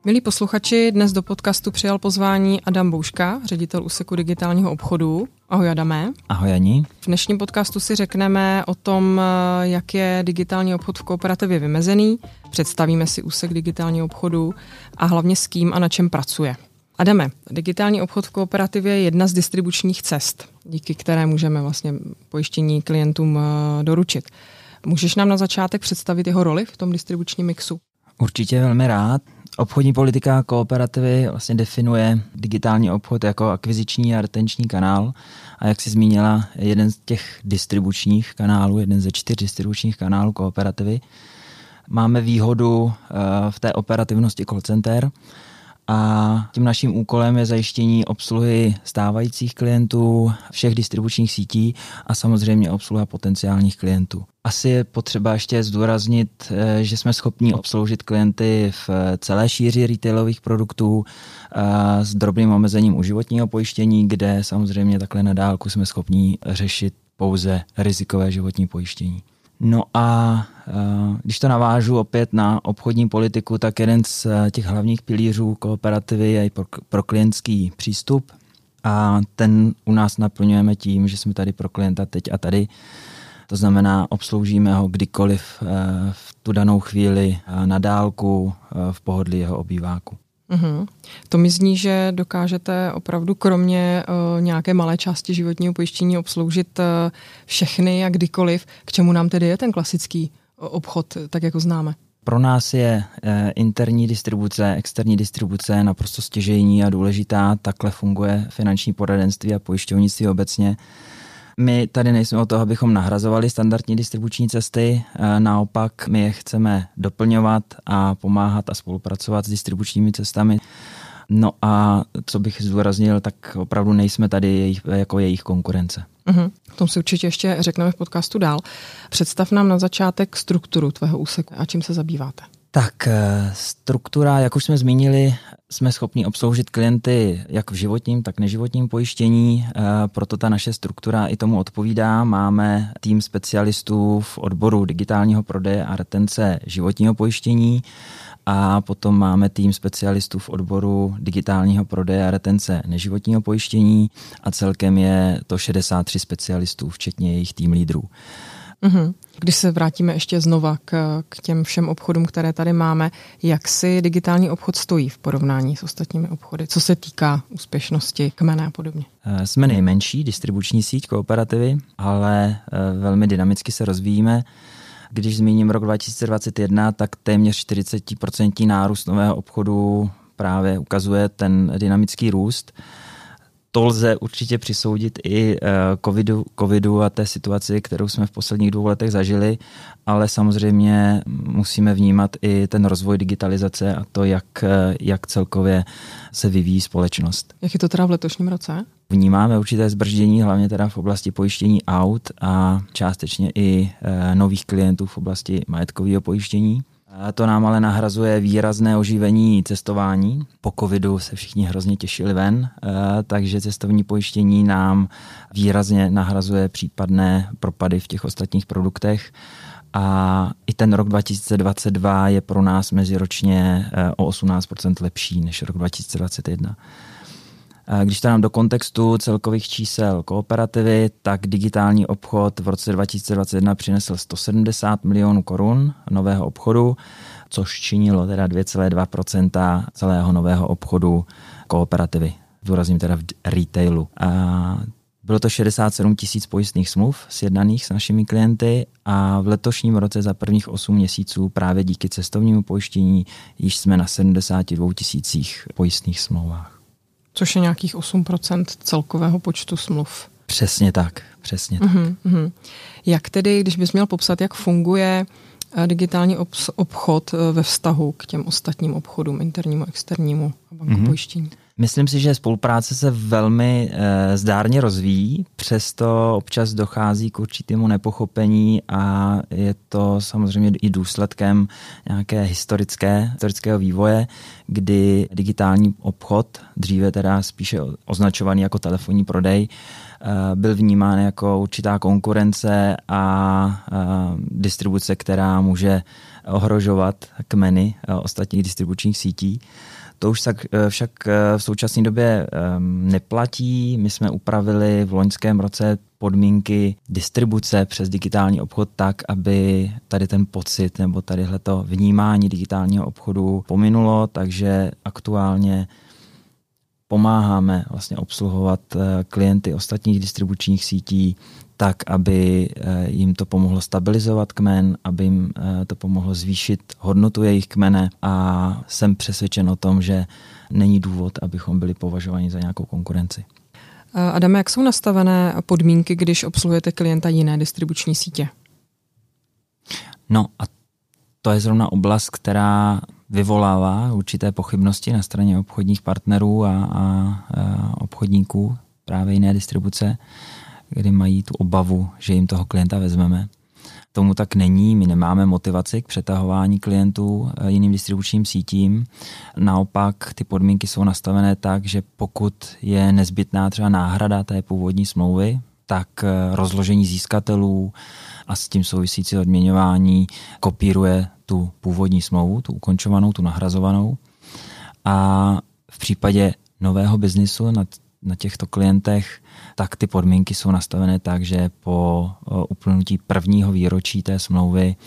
Milí posluchači, dnes do podcastu přijal pozvání Adam Bouška, ředitel úseku digitálního obchodu. Ahoj Adame. Ahoj Ani. V dnešním podcastu si řekneme o tom, jak je digitální obchod v kooperativě vymezený, představíme si úsek digitálního obchodu a hlavně s kým a na čem pracuje. Adame, digitální obchod v kooperativě je jedna z distribučních cest, díky které můžeme vlastně pojištění klientům doručit. Můžeš nám na začátek představit jeho roli v tom distribučním mixu? Určitě velmi rád. Obchodní politika kooperativy vlastně definuje digitální obchod jako akviziční a retenční kanál a jak jsi zmínila, jeden z těch distribučních kanálů, jeden ze 4 distribučních kanálů kooperativy. Máme výhodu v té operativnosti call center a tím naším úkolem je zajištění obsluhy stávajících klientů, všech distribučních sítí a samozřejmě obsluha potenciálních klientů. Asi je potřeba ještě zdůraznit, že jsme schopni obsloužit klienty v celé šíři retailových produktů s drobným omezením u životního pojištění, kde samozřejmě takhle na dálku jsme schopni řešit pouze rizikové životní pojištění. No a když to navážu opět na obchodní politiku, tak jeden z těch hlavních pilířů kooperativy je pro klientský přístup a ten u nás naplňujeme tím, že jsme tady pro klienta teď a tady. To znamená, obsloužíme ho kdykoliv v tu danou chvíli na dálku v pohodlí jeho obýváku. Uhum. To mi zní, že dokážete opravdu kromě nějaké malé části životního pojištění obsloužit všechny a kdykoliv. K čemu nám tedy je ten klasický obchod, tak jako známe? Pro nás je interní distribuce, externí distribuce naprosto stěžejní a důležitá. Takhle funguje finanční poradenství a pojišťovnictví obecně. My tady nejsme o toho, abychom nahrazovali standardní distribuční cesty, naopak my je chceme doplňovat a pomáhat a spolupracovat s distribučními cestami. No a co bych zdůraznil, tak opravdu nejsme tady jako jejich konkurence. O tom si určitě ještě řekneme v podcastu dál. Představ nám na začátek strukturu tvého úseku a čím se zabýváte. Tak struktura, jak už jsme zmínili, jsme schopni obsloužit klienty jak v životním, tak neživotním pojištění, proto ta naše struktura i tomu odpovídá. Máme tým specialistů v odboru digitálního prodeje a retence životního pojištění a potom máme tým specialistů v odboru digitálního prodeje a retence neživotního pojištění a celkem je to 63 specialistů, včetně jejich tým lídrů. Když se vrátíme ještě znova k těm všem obchodům, které tady máme, jak si digitální obchod stojí v porovnání s ostatními obchody, co se týká úspěšnosti, kmene a podobně? Jsme nejmenší distribuční síť kooperativy, ale velmi dynamicky se rozvíjíme. Když zmíním rok 2021, tak téměř 40% nárůst nového obchodu právě ukazuje ten dynamický růst. To lze určitě přisoudit i covidu a té situaci, kterou jsme v posledních 2 letech zažili, ale samozřejmě musíme vnímat i ten rozvoj digitalizace a to, jak celkově se vyvíjí společnost. Jak je to teda v letošním roce? Vnímáme určité zbrzdění, hlavně teda v oblasti pojištění aut a částečně i nových klientů v oblasti majetkového pojištění. To nám ale nahrazuje výrazné oživení cestování. Po covidu se všichni hrozně těšili ven, takže cestovní pojištění nám výrazně nahrazuje případné propady v těch ostatních produktech. A i ten rok 2022 je pro nás meziročně o 18% lepší než rok 2021. Když to nám do kontextu celkových čísel kooperativy, tak digitální obchod v roce 2021 přinesl 170 milionů korun nového obchodu, což činilo teda 2,2% celého nového obchodu kooperativy. Důrazním teda v retailu. Bylo to 67 000 pojistných smluv sjednaných s našimi klienty a v letošním roce za prvních 8 měsíců právě díky cestovnímu pojištění již jsme na 72 000 pojistných smlouvách. Což je nějakých 8% celkového počtu smluv. Přesně tak. Jak tedy, když bys měl popsat, jak funguje digitální obchod ve vztahu k těm ostatním obchodům, internímu, externímu a bankopojištění? Myslím si, že spolupráce se velmi zdárně rozvíjí, přesto občas dochází k určitému nepochopení a je to samozřejmě i důsledkem nějaké historického vývoje, kdy digitální obchod, dříve teda spíše označovaný jako telefonní prodej, byl vnímán jako určitá konkurence a distribuce, která může ohrožovat kmeny ostatních distribučních sítí. To už však v současné době neplatí. My jsme upravili v loňském roce podmínky distribuce přes digitální obchod tak, aby tady ten pocit nebo tadyhleto vnímání digitálního obchodu pominulo, takže aktuálně pomáháme vlastně obsluhovat klienty ostatních distribučních sítí tak, aby jim to pomohlo stabilizovat kmen, aby jim to pomohlo zvýšit hodnotu jejich kmene a jsem přesvědčen o tom, že není důvod, abychom byli považováni za nějakou konkurenci. Adame, jak jsou nastavené podmínky, když obsluhujete klienta jiné distribuční sítě? No a to je zrovna oblast, která vyvolává určité pochybnosti na straně obchodních partnerů a obchodníků právě jiné distribuce, kdy mají tu obavu, že jim toho klienta vezmeme. Tomu tak není, my nemáme motivaci k přetahování klientů jiným distribučním sítím. Naopak ty podmínky jsou nastavené tak, že pokud je nezbytná třeba náhrada té původní smlouvy, tak rozložení získatelů a s tím souvisící odměňování kopíruje tu původní smlouvu, tu ukončovanou, tu nahrazovanou. A v případě nového biznisu na těchto klientech, tak ty podmínky jsou nastavené tak, že po uplynutí prvního výročí té smlouvy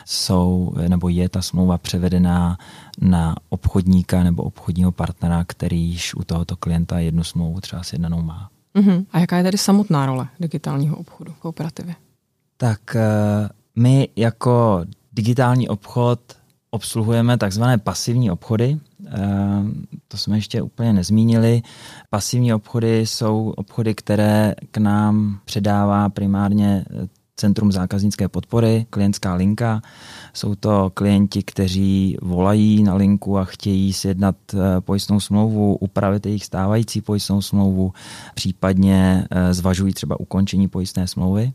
je ta smlouva převedená na obchodníka nebo obchodního partnera, který již u tohoto klienta jednu smlouvu třeba sjednanou má. A jaká je tedy samotná role digitálního obchodu v kooperativě? Tak my jako digitální obchod obsluhujeme takzvané pasivní obchody. To jsme ještě úplně nezmínili. Pasivní obchody jsou obchody, které k nám předává primárně Centrum zákaznické podpory, klientská linka. Jsou to klienti, kteří volají na linku a chtějí sjednat pojistnou smlouvu, upravit jejich stávající pojistnou smlouvu, případně zvažují třeba ukončení pojistné smlouvy.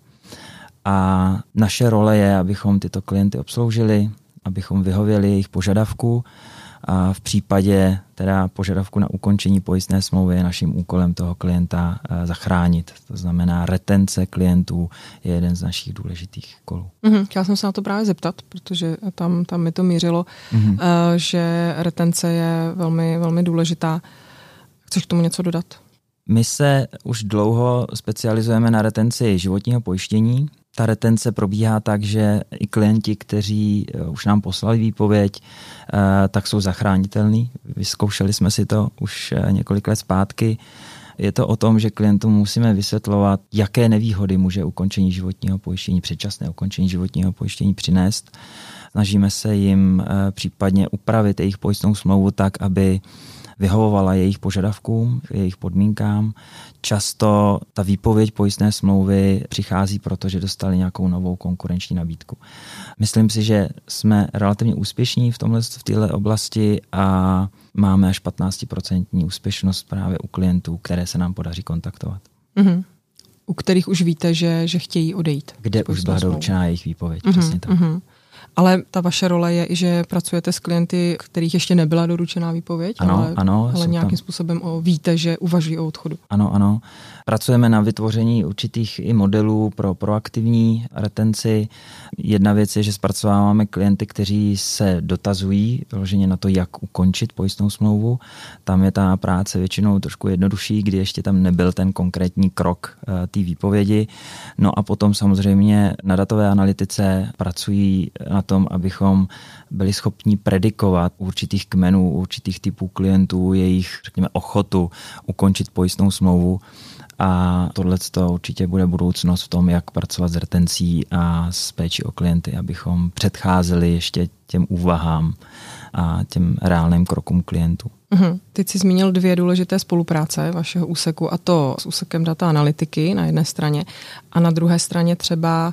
A naše role je, abychom tyto klienty obsloužili, abychom vyhověli jejich požadavku a v případě teda požadavku na ukončení pojistné smlouvy je naším úkolem toho klienta zachránit. To znamená, retence klientů je jeden z našich důležitých úkolů. Chtěla jsem se na to právě zeptat, protože tam mi to mířilo, že retence je velmi, velmi důležitá. Chceš k tomu něco dodat? My se už dlouho specializujeme na retenci životního pojištění. Ta retence probíhá tak, že i klienti, kteří už nám poslali výpověď, tak jsou zachránitelní. Vyzkoušeli jsme si to už několik let zpátky. Je to o tom, že klientům musíme vysvětlovat, jaké nevýhody může ukončení životního pojištění, předčasné ukončení životního pojištění přinést. Snažíme se jim případně upravit jejich pojistnou smlouvu tak, aby vyhovovala jejich požadavkům, jejich podmínkám. Často ta výpověď pojistné smlouvy přichází, protože dostali nějakou novou konkurenční nabídku. Myslím si, že jsme relativně úspěšní v této oblasti a máme až 15% úspěšnost právě u klientů, které se nám podaří kontaktovat. U kterých už víte, že chtějí odejít. Kde už byla doručená jejich výpověď, přesně tak. Ale ta vaše role je i, že pracujete s klienty, kterých ještě nebyla doručená výpověď, ale nějakým způsobem víte, že uvažují o odchodu. Ano. Pracujeme na vytvoření určitých i modelů pro proaktivní retenci. Jedna věc je, že zpracováváme klienty, kteří se dotazují vyloženě na to, jak ukončit pojistnou smlouvu. Tam je ta práce většinou trošku jednodušší, kdy ještě tam nebyl ten konkrétní krok té výpovědi. No a potom samozřejmě na datové analytice pracují na tom, abychom byli schopni predikovat určitých kmenů, určitých typů klientů, jejich, řekněme, ochotu ukončit pojistnou smlouvu. A tohleto určitě bude budoucnost v tom, jak pracovat s retencí a s péčí o klienty, abychom předcházeli ještě těm úvahám a těm reálným krokům klientů. Teď jsi zmínil 2 důležité spolupráce vašeho úseku, a to s úsekem data analytiky na jedné straně a na druhé straně třeba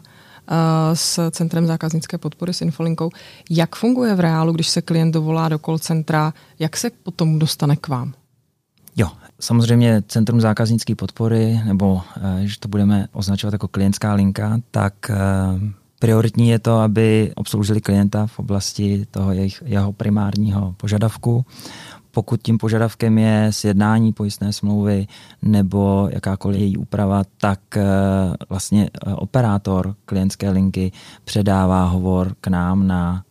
s Centrem zákaznické podpory, s Infolinkou. Jak funguje v reálu, když se klient dovolá do call centra, jak se potom dostane k vám? Jo, samozřejmě Centrum zákaznické podpory, nebo že to budeme označovat jako klientská linka, tak prioritní je to, aby obsloužili klienta v oblasti toho jeho primárního požadavku. Pokud tím požadavkem je sjednání pojistné smlouvy nebo jakákoliv její úprava, tak vlastně operátor klientské linky předává hovor k nám na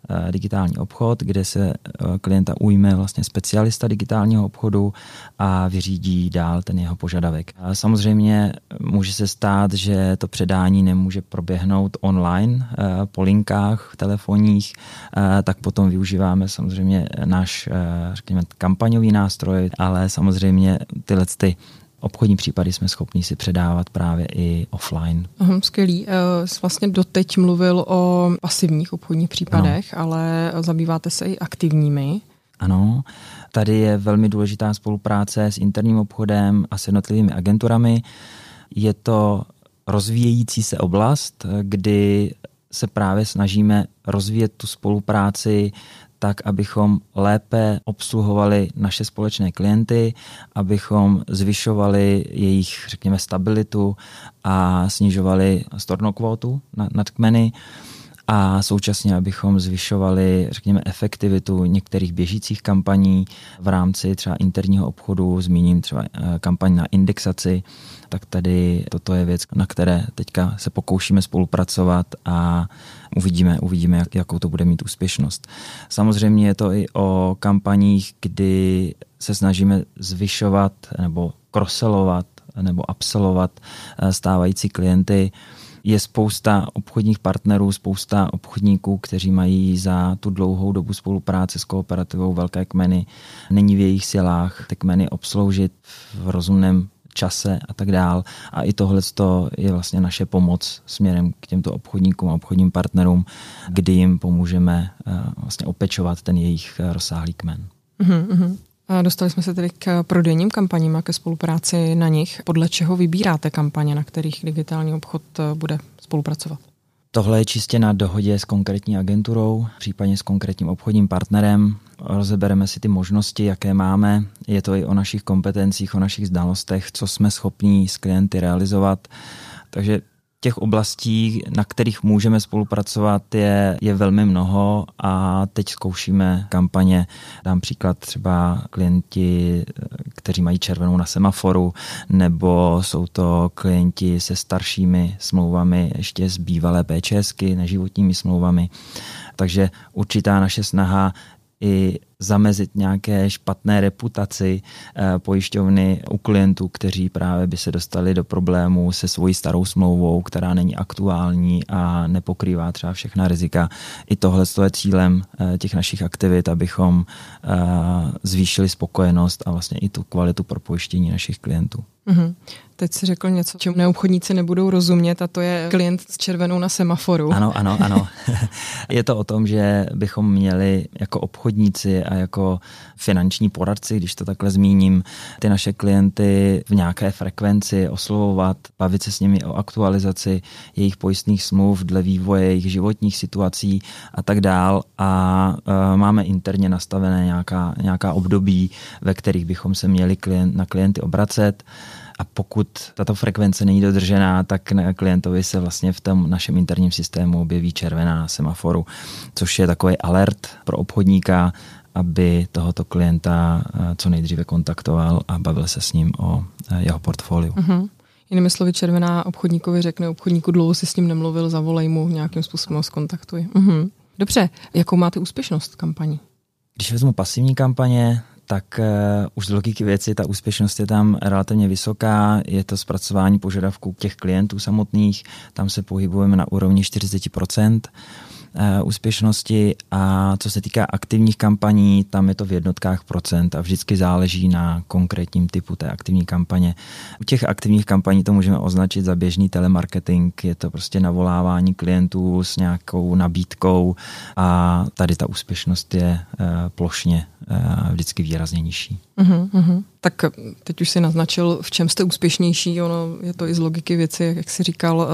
digitální obchod, kde se klienta ujme vlastně specialista digitálního obchodu a vyřídí dál ten jeho požadavek. A samozřejmě může se stát, že to předání nemůže proběhnout online po linkách telefonních, tak potom využíváme samozřejmě náš, řekněme, kampaňový nástroj, ale samozřejmě tyhle obchodní případy jsme schopni si předávat právě i offline. Skvělý. Jsi vlastně doteď mluvil o pasivních obchodních případech, ano. Ale zabýváte se i aktivními. Ano, tady je velmi důležitá spolupráce s interním obchodem a s jednotlivými agenturami. Je to rozvíjející se oblast, kdy se právě snažíme rozvíjet tu spolupráci tak, abychom lépe obsluhovali naše společné klienty, abychom zvyšovali jejich, řekněme, stabilitu a snižovali storno kvótu nad kmeny a současně, abychom zvyšovali, řekněme, efektivitu některých běžících kampaní v rámci třeba interního obchodu, zmíním třeba kampaň na indexaci, tak tady toto je věc, na které teďka se pokoušíme spolupracovat a uvidíme, jakou to bude mít úspěšnost. Samozřejmě je to i o kampaních, kdy se snažíme zvyšovat nebo cross-sellovat nebo upsellovat stávající klienty. Je spousta obchodních partnerů, spousta obchodníků, kteří mají za tu dlouhou dobu spolupráce s kooperativou velké kmeny. Není v jejich silách ty kmeny obsloužit v rozumném čase a tak dál. A i tohle je vlastně naše pomoc směrem k těmto obchodníkům a obchodním partnerům, kdy jim pomůžeme vlastně opečovat ten jejich rozsáhlý kmen. A dostali jsme se tedy k prodejním kampaním a ke spolupráci na nich. Podle čeho vybíráte kampaně, na kterých digitální obchod bude spolupracovat? Tohle je čistě na dohodě s konkrétní agenturou, případně s konkrétním obchodním partnerem. Rozebereme si ty možnosti, jaké máme. Je to i o našich kompetencích, o našich znalostech, co jsme schopní s klienty realizovat. Takže těch oblastí, na kterých můžeme spolupracovat, je velmi mnoho a teď zkoušíme kampaně. Dám příklad třeba klienti, kteří mají červenou na semaforu, nebo jsou to klienti se staršími smlouvami, ještě z bývalé PČSky, neživotními smlouvami. Takže určitá naše snaha i zamezit nějaké špatné reputaci pojišťovny u klientů, kteří právě by se dostali do problémů se svojí starou smlouvou, která není aktuální a nepokrývá třeba všechna rizika. I tohle je cílem těch našich aktivit, abychom zvýšili spokojenost a vlastně i tu kvalitu pro pojištění našich klientů. Teď si řekl něco, čemu neobchodníci nebudou rozumět, a to je klient s červenou na semaforu. Ano. Je to o tom, že bychom měli jako obchodníci a jako finanční poradci, když to takhle zmíním, ty naše klienty v nějaké frekvenci oslovovat, bavit se s nimi o aktualizaci jejich pojistných smluv dle vývoje jejich životních situací a tak dál. A máme interně nastavené nějaká období, ve kterých bychom se měli na klienty obracet. A pokud tato frekvence není dodržená, tak klientovi se vlastně v tom našem interním systému objeví červená na semaforu, což je takový alert pro obchodníka, aby tohoto klienta co nejdříve kontaktoval a bavil se s ním o jeho portfoliu. Jinými slovy, červená obchodníkovi řekne obchodníku, dlouho si s ním nemluvil, zavolej mu, nějakým způsobem ho zkontaktuj. Dobře, jakou máte úspěšnost kampaní? Když vezmu pasivní kampaně, tak už z logiky věci ta úspěšnost je tam relativně vysoká. Je to zpracování požadavků těch klientů samotných. Tam se pohybujeme na úrovni 40% úspěšnosti, a co se týká aktivních kampaní, tam je to v jednotkách procent a vždycky záleží na konkrétním typu té aktivní kampaně. U těch aktivních kampaní to můžeme označit za běžný telemarketing, je to prostě navolávání klientů s nějakou nabídkou a tady ta úspěšnost je plošně vždycky výrazně nižší. Tak teď už si naznačil, v čem jste úspěšnější, ono je to i z logiky věci, jak jsi říkal,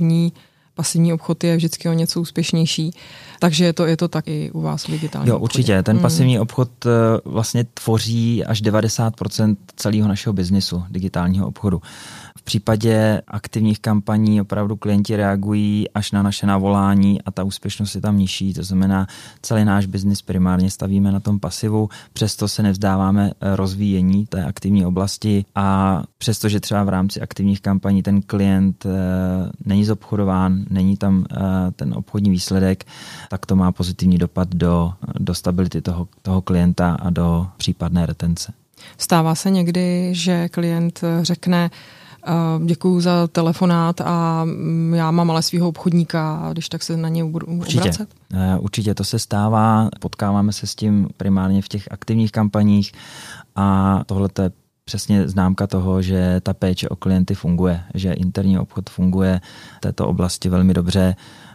pasivní obchod je vždycky o něco úspěšnější, takže je to tak i u vás v digitálním obchodě. Určitě. Ten pasivní obchod vlastně tvoří až 90% celého našeho biznisu digitálního obchodu. V případě aktivních kampaní opravdu klienti reagují až na naše navolání a ta úspěšnost je tam nižší. To znamená, celý náš biznis primárně stavíme na tom pasivu, přesto se nevzdáváme rozvíjení té aktivní oblasti a přestože třeba v rámci aktivních kampaní ten klient není zobchodován, není tam ten obchodní výsledek, tak to má pozitivní dopad do stability toho klienta a do případné retence. Stává se někdy, že klient řekne: děkuju za telefonát a já mám ale svého obchodníka, a když tak se na něj budu obracet? Určitě to se stává, potkáváme se s tím primárně v těch aktivních kampaních a tohle je přesně známka toho, že ta péče o klienty funguje, že interní obchod funguje v této oblasti velmi dobře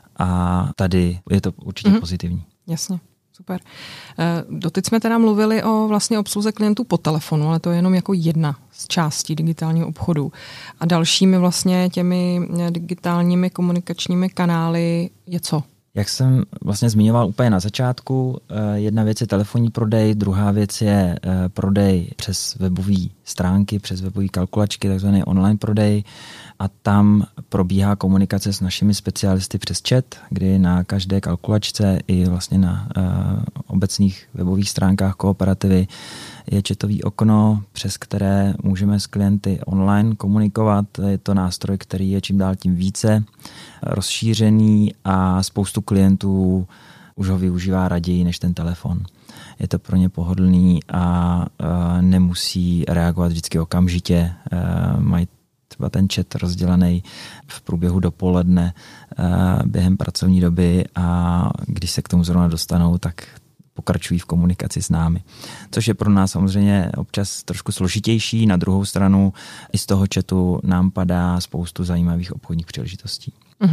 a tady je to určitě pozitivní. Jasně. Super. Doteď jsme teda mluvili o vlastně obsluze klientů po telefonu, ale to je jenom jako jedna z částí digitálního obchodu. A dalšími vlastně těmi digitálními komunikačními kanály je co? Jak jsem vlastně zmiňoval úplně na začátku, jedna věc je telefonní prodej, druhá věc je prodej přes webové stránky, přes webové kalkulačky, takzvaný online prodej. A tam probíhá komunikace s našimi specialisty přes chat, kdy na každé kalkulačce i vlastně na obecných webových stránkách kooperativy je chatový okno, přes které můžeme s klienty online komunikovat. Je to nástroj, který je čím dál tím více rozšířený a spoustu klientů už ho využívá raději než ten telefon. Je to pro ně pohodlný a nemusí reagovat vždycky okamžitě. Mají třeba ten chat rozdělený v průběhu dopoledne během pracovní doby a když se k tomu zrovna dostanou, tak pokračují v komunikaci s námi. Což je pro nás samozřejmě občas trošku složitější. Na druhou stranu i z toho chatu nám padá spoustu zajímavých obchodních příležitostí.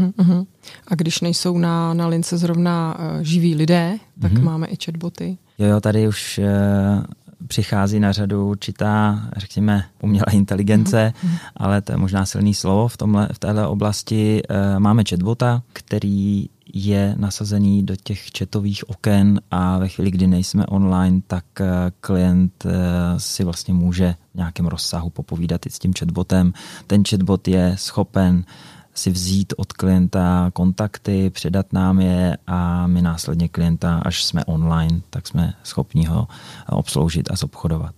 A když nejsou na lince zrovna živí lidé, tak máme i chatboty. Jo, tady už přichází na řadu určitá, řekněme, umělá inteligence, ale to je možná silný slovo v téhle oblasti. Máme chatbota, který je nasazený do těch chatových oken a ve chvíli, kdy nejsme online, tak klient si vlastně může v nějakém rozsahu popovídat i s tím chatbotem. Ten chatbot je schopen si vzít od klienta kontakty, předat nám je a my následně klienta, až jsme online, tak jsme schopni ho obsloužit a zobchodovat.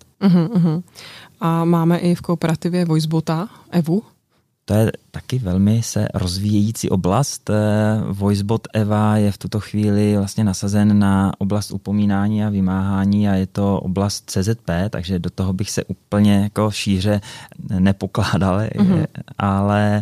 A máme i v kooperativě Voicebota, Evu. To je taky velmi se rozvíjející oblast. Voicebot Eva je v tuto chvíli vlastně nasazen na oblast upomínání a vymáhání a je to oblast CZP, takže do toho bych se úplně jako šíře nepokládal, ale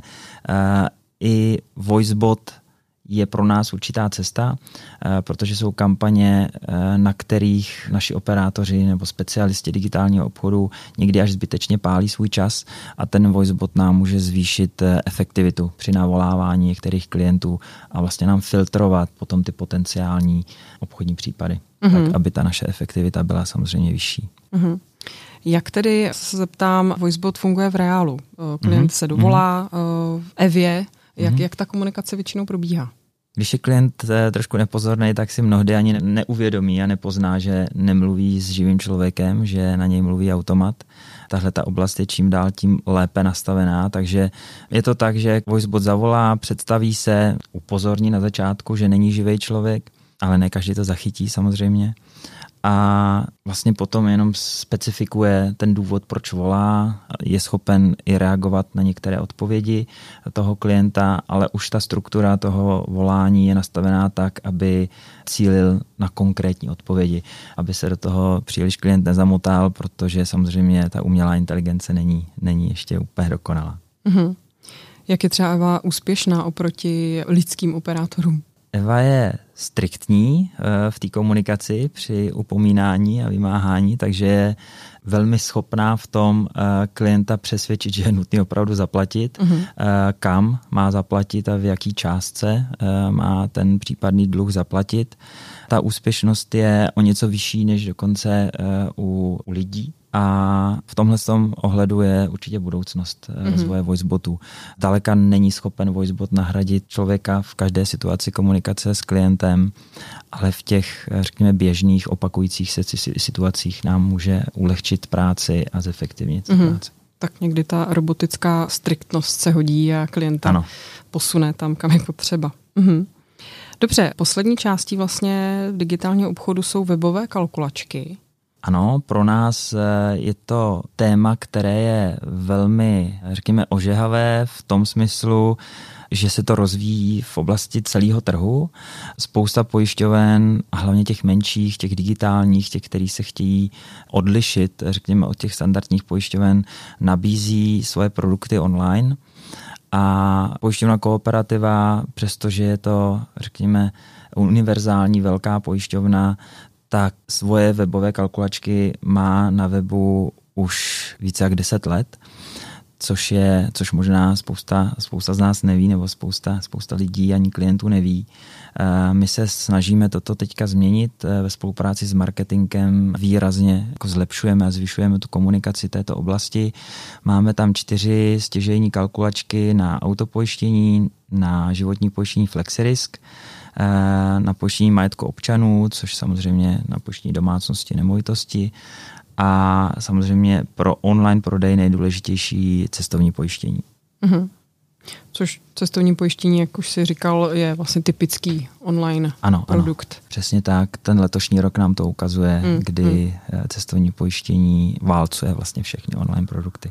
i Voicebot je pro nás určitá cesta, protože jsou kampaně, na kterých naši operátoři nebo specialisti digitálního obchodu někdy až zbytečně pálí svůj čas a ten Voicebot nám může zvýšit efektivitu při navolávání některých klientů a vlastně nám filtrovat potom ty potenciální obchodní případy, tak aby ta naše efektivita byla samozřejmě vyšší. Jak tedy, se zeptám, Voicebot funguje v reálu? Klient se dovolá v Evě, jak ta komunikace většinou probíhá? Když je klient trošku nepozorný, tak si mnohdy ani neuvědomí a nepozná, že nemluví s živým člověkem, že na něj mluví automat. Tahle ta oblast je čím dál tím lépe nastavená, takže je to tak, že Voicebot zavolá, představí se, upozorní na začátku, že není živý člověk, ale ne každý to zachytí samozřejmě. A vlastně potom jenom specifikuje ten důvod, proč volá, je schopen i reagovat na některé odpovědi toho klienta, ale už ta struktura toho volání je nastavená tak, aby cílil na konkrétní odpovědi, aby se do toho příliš klient nezamotal, protože samozřejmě ta umělá inteligence není ještě úplně dokonalá. Jak je třeba Eva úspěšná oproti lidským operátorům? Eva je striktní v té komunikaci při upomínání a vymáhání, takže je velmi schopná v tom klienta přesvědčit, že je nutný opravdu zaplatit, kam má zaplatit a v jaký částce má ten případný dluh zaplatit. Ta úspěšnost je o něco vyšší než dokonce u lidí. A v tomhle ohledu je určitě budoucnost rozvoje Voicebotů. Daleka není schopen Voicebot nahradit člověka v každé situaci komunikace s klientem, ale v těch, řekněme, běžných opakujících se situacích nám může ulehčit práci a zefektivnit práci. Tak někdy ta robotická striktnost se hodí a klienta posune tam, kam je potřeba. Dobře, poslední částí vlastně digitálního obchodu jsou webové kalkulačky. Ano, pro nás je to téma, které je velmi, řekněme, ožehavé v tom smyslu, že se to rozvíjí v oblasti celého trhu. Spousta pojišťoven, a hlavně těch menších, těch digitálních, těch, kteří se chtějí odlišit, řekněme, od těch standardních pojišťoven, nabízí svoje produkty online. A pojišťovna Kooperativa, přestože je to, řekněme, univerzální velká pojišťovna, tak svoje webové kalkulačky má na webu už více jak 10 let, což možná spousta z nás neví, nebo spousta lidí ani klientů neví. My se snažíme toto teďka změnit ve spolupráci s marketingem, výrazně jako zlepšujeme a zvyšujeme tu komunikaci této oblasti. Máme tam 4 stěžejní kalkulačky na autopojištění, na životní pojištění FlexiRisk, na pojištění majetku občanů, což samozřejmě na pojištění domácnosti, nemovitosti, a samozřejmě pro online prodej nejdůležitější cestovní pojištění. Což cestovní pojištění, jak už jsi říkal, je vlastně typický online produkt. Ano, přesně tak. Ten letošní rok nám to ukazuje, kdy cestovní pojištění válcuje vlastně všechny online produkty.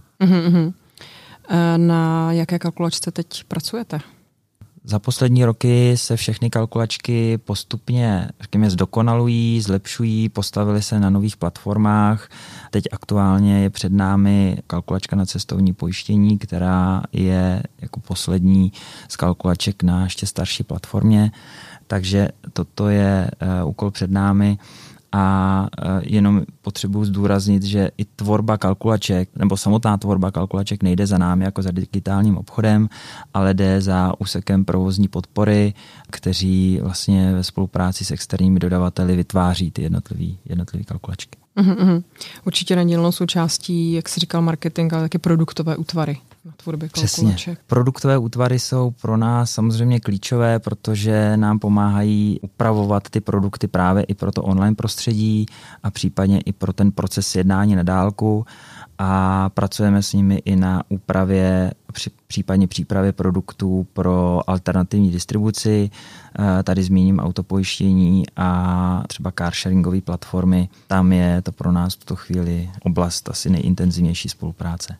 Na jaké kalkulačce teď pracujete? Za poslední roky se všechny kalkulačky postupně, řekněme, zdokonalují, zlepšují, postavily se na nových platformách. Teď aktuálně je před námi kalkulačka na cestovní pojištění, která je jako poslední z kalkulaček na ještě starší platformě. Takže toto je úkol před námi. A jenom potřebuji zdůraznit, že i tvorba kalkulaček, nebo samotná tvorba kalkulaček nejde za námi jako za digitálním obchodem, ale jde za úsekem provozní podpory, kteří vlastně ve spolupráci s externími dodavateli vytváří ty jednotlivé kalkulačky. Určitě nedílnou součástí, jak jsi říkal, marketing, ale taky produktové útvary na tvorbě kalkulaček. Přesně. Produktové útvary jsou pro nás samozřejmě klíčové, protože nám pomáhají upravovat ty produkty právě i pro to online prostředí a případně i pro ten proces jednání na dálku, a pracujeme s nimi i na úpravě, případně přípravě produktů pro alternativní distribuci. Tady zmíním autopojištění a třeba carsharingové platformy. Tam je to pro nás v tuto chvíli oblast asi nejintenzivnější spolupráce.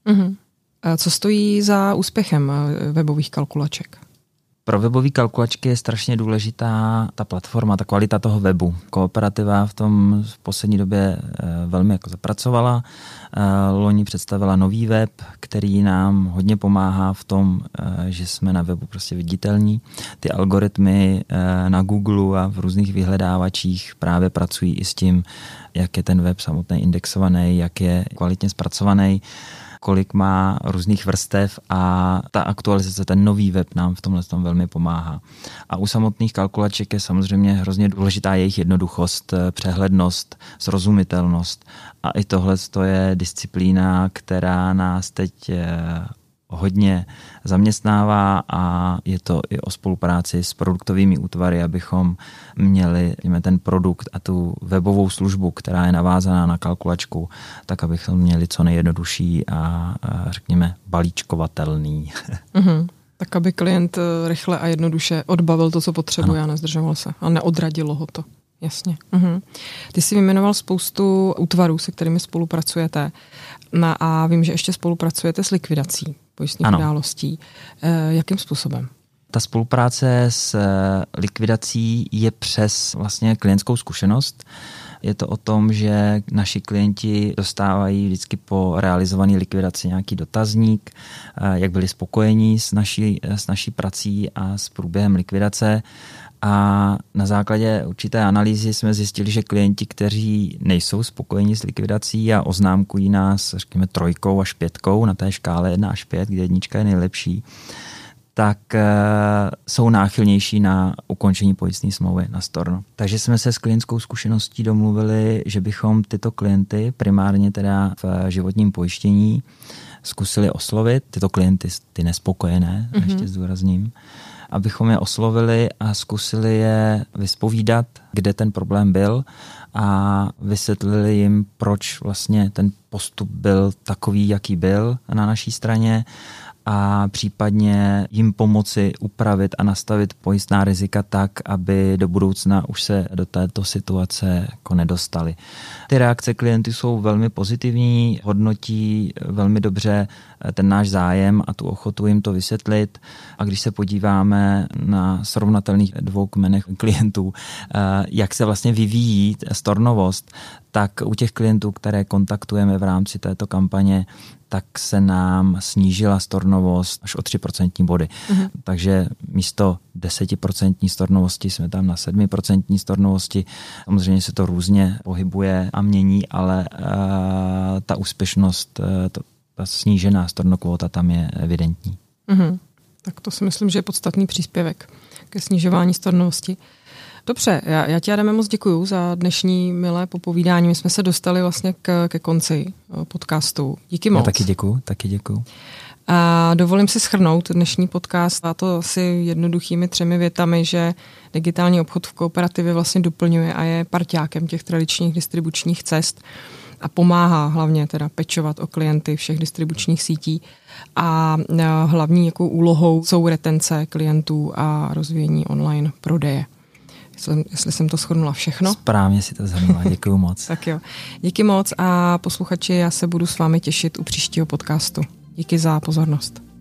Co stojí za úspěchem webových kalkulaček? Pro webové kalkulačky je strašně důležitá ta platforma, ta kvalita toho webu. Kooperativa v tom v poslední době velmi jako zapracovala. Loni představila nový web, který nám hodně pomáhá v tom, že jsme na webu prostě viditelní. Ty algoritmy na Google a v různých vyhledávačích právě pracují i s tím, jak je ten web samotný indexovaný, jak je kvalitně zpracovaný, kolik má různých vrstev, a ta aktualizace, ten nový web nám v tomhle tom velmi pomáhá. A u samotných kalkulaček je samozřejmě hrozně důležitá jejich jednoduchost, přehlednost, srozumitelnost. A i tohle je disciplína, která nás teď hodně zaměstnává, a je to i o spolupráci s produktovými útvary, abychom měli ten produkt a tu webovou službu, která je navázaná na kalkulačku, tak abychom měli co nejjednodušší a řekněme balíčkovatelný. Tak aby klient rychle a jednoduše odbavil to, co potřebuje, a nezdržoval se a neodradilo ho to. Jasně. Ty jsi vyjmenoval spoustu útvarů, se kterými spolupracujete, a vím, že ještě spolupracujete s likvidací pojistných událostí. Jakým způsobem? Ta spolupráce s likvidací je přes vlastně klientskou zkušenost. Je to o tom, že naši klienti dostávají vždycky po realizované likvidaci nějaký dotazník, jak byli spokojení s naší prací a s průběhem likvidace. A na základě určité analýzy jsme zjistili, že klienti, kteří nejsou spokojeni s likvidací a oznámkují nás, řekněme, 3 až 5 na té škále 1 až 5, kde 1 je nejlepší, tak jsou náchylnější na ukončení pojistné smlouvy na storno. Takže jsme se s klientskou zkušeností domluvili, že bychom tyto klienty, primárně teda v životním pojištění, zkusili oslovit, tyto klienty, ty nespokojené, ještě zdůrazním, abychom je oslovili a zkusili je vyspovídat, kde ten problém byl a vysvětlili jim, proč vlastně ten postup byl takový, jaký byl na naší straně a případně jim pomoci upravit a nastavit pojistná rizika tak, aby do budoucna už se do této situace jako nedostali. Ty reakce klientů jsou velmi pozitivní, hodnotí velmi dobře ten náš zájem a tu ochotu jim to vysvětlit. A když se podíváme na srovnatelných 2 kmenech klientů, jak se vlastně vyvíjí stornovost, tak u těch klientů, které kontaktujeme v rámci této kampaně, tak se nám snížila stornovost až o 3% body. Takže místo 10% stornovosti jsme tam na 7% stornovosti. Samozřejmě se to různě pohybuje a mění, ale ta úspěšnost, ta snížená stornokvóta tam je evidentní. Tak to si myslím, že je podstatný příspěvek ke snižování stornovosti. Dobře, já ti, Adame, moc děkuju za dnešní milé popovídání. My jsme se dostali vlastně ke konci podcastu. Díky moc. Já taky děkuju. A dovolím si shrnout dnešní podcast, a to asi jednoduchými 3 větami, že digitální obchod v kooperativě vlastně doplňuje a je parťákem těch tradičních distribučních cest a pomáhá hlavně teda pečovat o klienty všech distribučních sítí a hlavní jakou úlohou jsou retence klientů a rozvíjení online prodeje. Jestli jsem to shrnula všechno. Správně si to shrnula, děkuju moc. Tak jo, díky moc a posluchači, já se budu s vámi těšit u příštího podcastu. Díky za pozornost.